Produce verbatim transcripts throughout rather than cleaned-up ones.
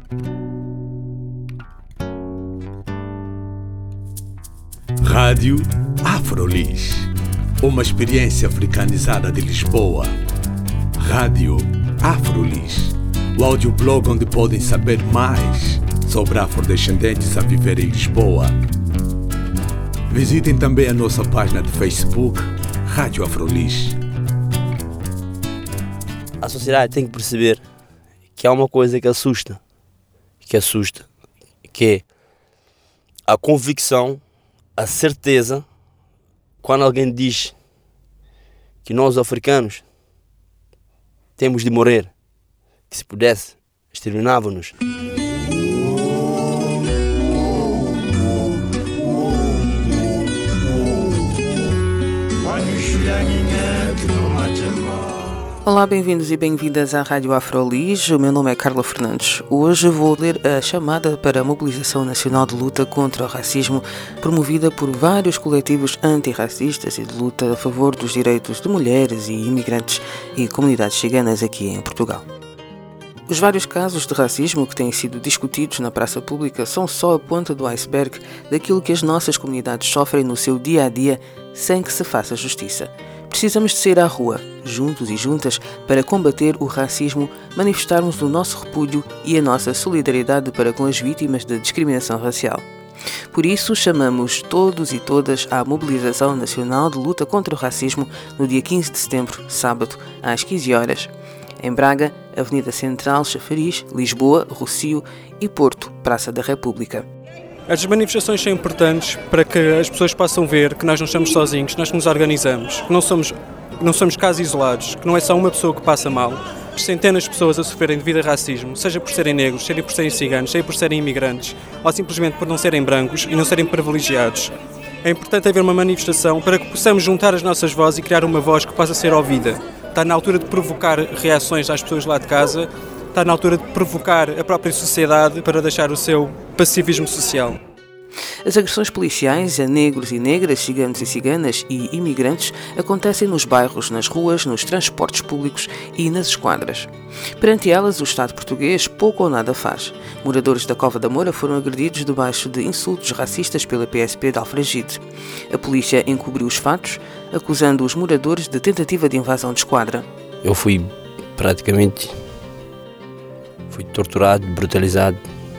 Rádio Afrolis, uma experiência africanizada de Lisboa. Rádio Afrolis, o audioblog onde podem saber mais sobre afrodescendentes a viver em Lisboa. Visitem também a nossa página de Facebook, Rádio Afrolis. A sociedade tem que perceber que há uma coisa que assusta, que assusta, que é a convicção, a certeza, quando alguém diz que nós africanos temos de morrer, que se pudesse, exterminava-nos. Olá, bem-vindos e bem-vindas à Rádio Afrolis. O meu nome é Carla Fernandes. Hoje vou ler a chamada para a mobilização nacional de luta contra o racismo, promovida por vários coletivos antirracistas e de luta a favor dos direitos de mulheres e imigrantes e comunidades ciganas aqui em Portugal. Os vários casos de racismo que têm sido discutidos na praça pública são só a ponta do iceberg daquilo que as nossas comunidades sofrem no seu dia-a-dia sem que se faça justiça. Precisamos de sair à rua, juntos e juntas, para combater o racismo, manifestarmos o nosso repúdio e a nossa solidariedade para com as vítimas da discriminação racial. Por isso, chamamos todos e todas à mobilização nacional de luta contra o racismo no dia quinze de setembro, sábado, às quinze horas. Em Braga, Avenida Central, Chafariz, Lisboa, Rossio e Porto, Praça da República. As manifestações são importantes para que as pessoas possam ver que nós não estamos sozinhos, que nós nos organizamos, que não somos, não somos casos isolados, que não é só uma pessoa que passa mal. Centenas de pessoas a sofrerem devido a racismo, seja por serem negros, seja por serem ciganos, seja por serem imigrantes, ou simplesmente por não serem brancos e não serem privilegiados. É importante haver uma manifestação para que possamos juntar as nossas vozes e criar uma voz que possa ser ouvida. Está na altura de provocar reações às pessoas lá de casa, está na altura de provocar a própria sociedade para deixar o seu passivismo social. As agressões policiais a negros e negras, ciganos e ciganas e imigrantes acontecem nos bairros, nas ruas, nos transportes públicos e nas esquadras. Perante elas, o Estado português pouco ou nada faz. Moradores da Cova da Moura foram agredidos debaixo de insultos racistas pela P S P de Alfragide. A polícia encobriu os fatos, acusando os moradores de tentativa de invasão de esquadra. Eu fui praticamente fui torturado, brutalizado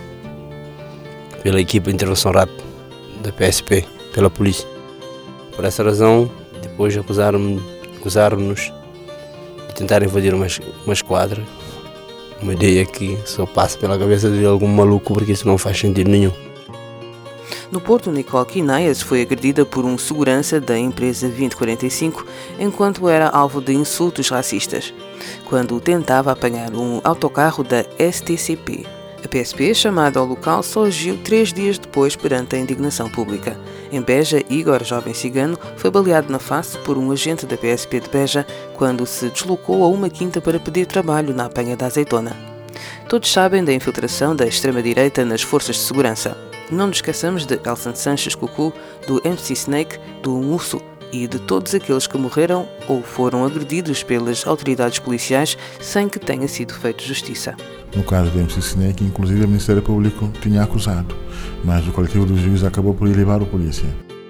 pela equipa de intervenção rápida da P S P, pela polícia. Por essa razão, depois acusaram-me, acusaram-nos de tentar invadir uma, uma esquadra. Uma ideia que só passa pela cabeça de algum maluco, porque isso não faz sentido nenhum. No Porto, Nicole Quinaias foi agredida por um segurança da empresa vinte quarenta e cinco enquanto era alvo de insultos racistas, quando tentava apanhar um autocarro da S T C P. A P S P, chamada ao local, só agiu três dias depois perante a indignação pública. Em Beja, Igor, jovem cigano, foi baleado na face por um agente da P S P de Beja quando se deslocou a uma quinta para pedir trabalho na apanha da azeitona. Todos sabem da infiltração da extrema-direita nas forças de segurança. Não nos esqueçamos de Elson Sanches Cucu, do M C Snake, do Musso e de todos aqueles que morreram ou foram agredidos pelas autoridades policiais sem que tenha sido feita justiça. No caso do M C Snake, inclusive o Ministério Público tinha acusado, mas o coletivo dos juízes acabou por elevar o polícia.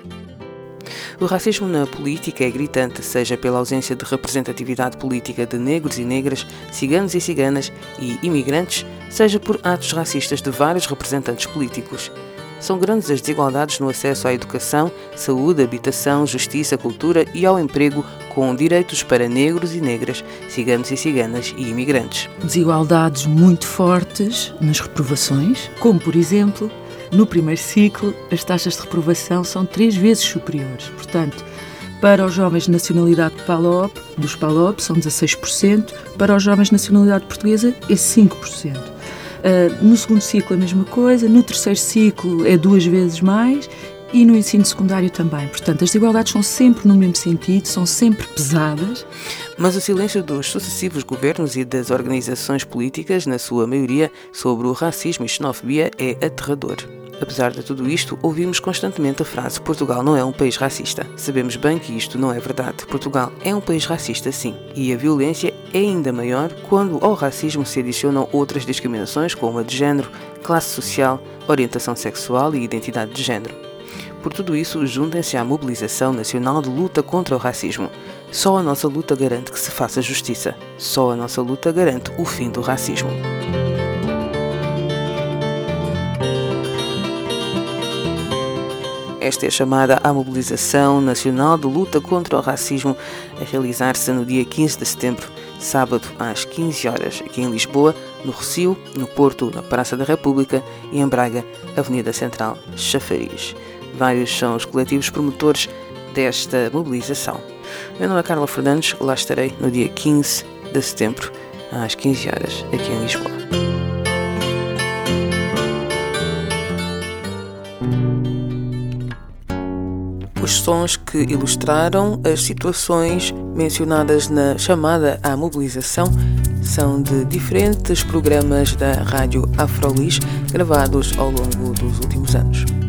O racismo na política é gritante, seja pela ausência de representatividade política de negros e negras, ciganos e ciganas e imigrantes, seja por atos racistas de vários representantes políticos. São grandes as desigualdades no acesso à educação, saúde, habitação, justiça, cultura e ao emprego, com direitos para negros e negras, ciganos e ciganas e imigrantes. Desigualdades muito fortes nas reprovações, como por exemplo, no primeiro ciclo, as taxas de reprovação são três vezes superiores. Portanto, para os jovens de nacionalidade PALOP, dos PALOP são dezasseis por cento, para os jovens de nacionalidade portuguesa é cinco por cento. Uh, no segundo ciclo a mesma coisa, no terceiro ciclo é duas vezes mais e no ensino secundário também. Portanto, as desigualdades são sempre no mesmo sentido, são sempre pesadas. Mas o silêncio dos sucessivos governos e das organizações políticas, na sua maioria, sobre o racismo e xenofobia é aterrador. Apesar de tudo isto, ouvimos constantemente a frase Portugal não é um país racista. Sabemos bem que isto não é verdade. Portugal é um país racista, sim, e a violência é ainda maior quando ao racismo se adicionam outras discriminações como a de género, classe social, orientação sexual e identidade de género. Por tudo isso, juntem-se à mobilização nacional de luta contra o racismo. Só a nossa luta garante que se faça justiça. Só a nossa luta garante o fim do racismo. Esta é a chamada à mobilização nacional de luta contra o racismo, a realizar-se no dia quinze de setembro, sábado às quinze horas, aqui em Lisboa, no Rossio, no Porto, na Praça da República e em Braga, Avenida Central, Chafariz. Vários são os coletivos promotores desta mobilização. Meu nome é Carla Fernandes, lá estarei no dia quinze de setembro, às quinze horas, aqui em Lisboa. Os sons que ilustraram as situações mencionadas na chamada à mobilização são de diferentes programas da Rádio Afrolis gravados ao longo dos últimos anos.